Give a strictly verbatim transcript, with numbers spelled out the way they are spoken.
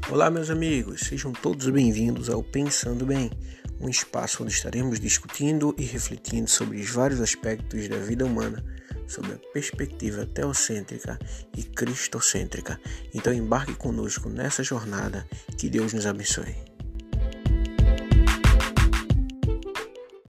Olá, meus amigos, sejam todos bem-vindos ao Pensando Bem, um espaço onde estaremos discutindo e refletindo sobre os vários aspectos da vida humana, sob a perspectiva teocêntrica e cristocêntrica. Então embarque conosco nessa jornada, que Deus nos abençoe.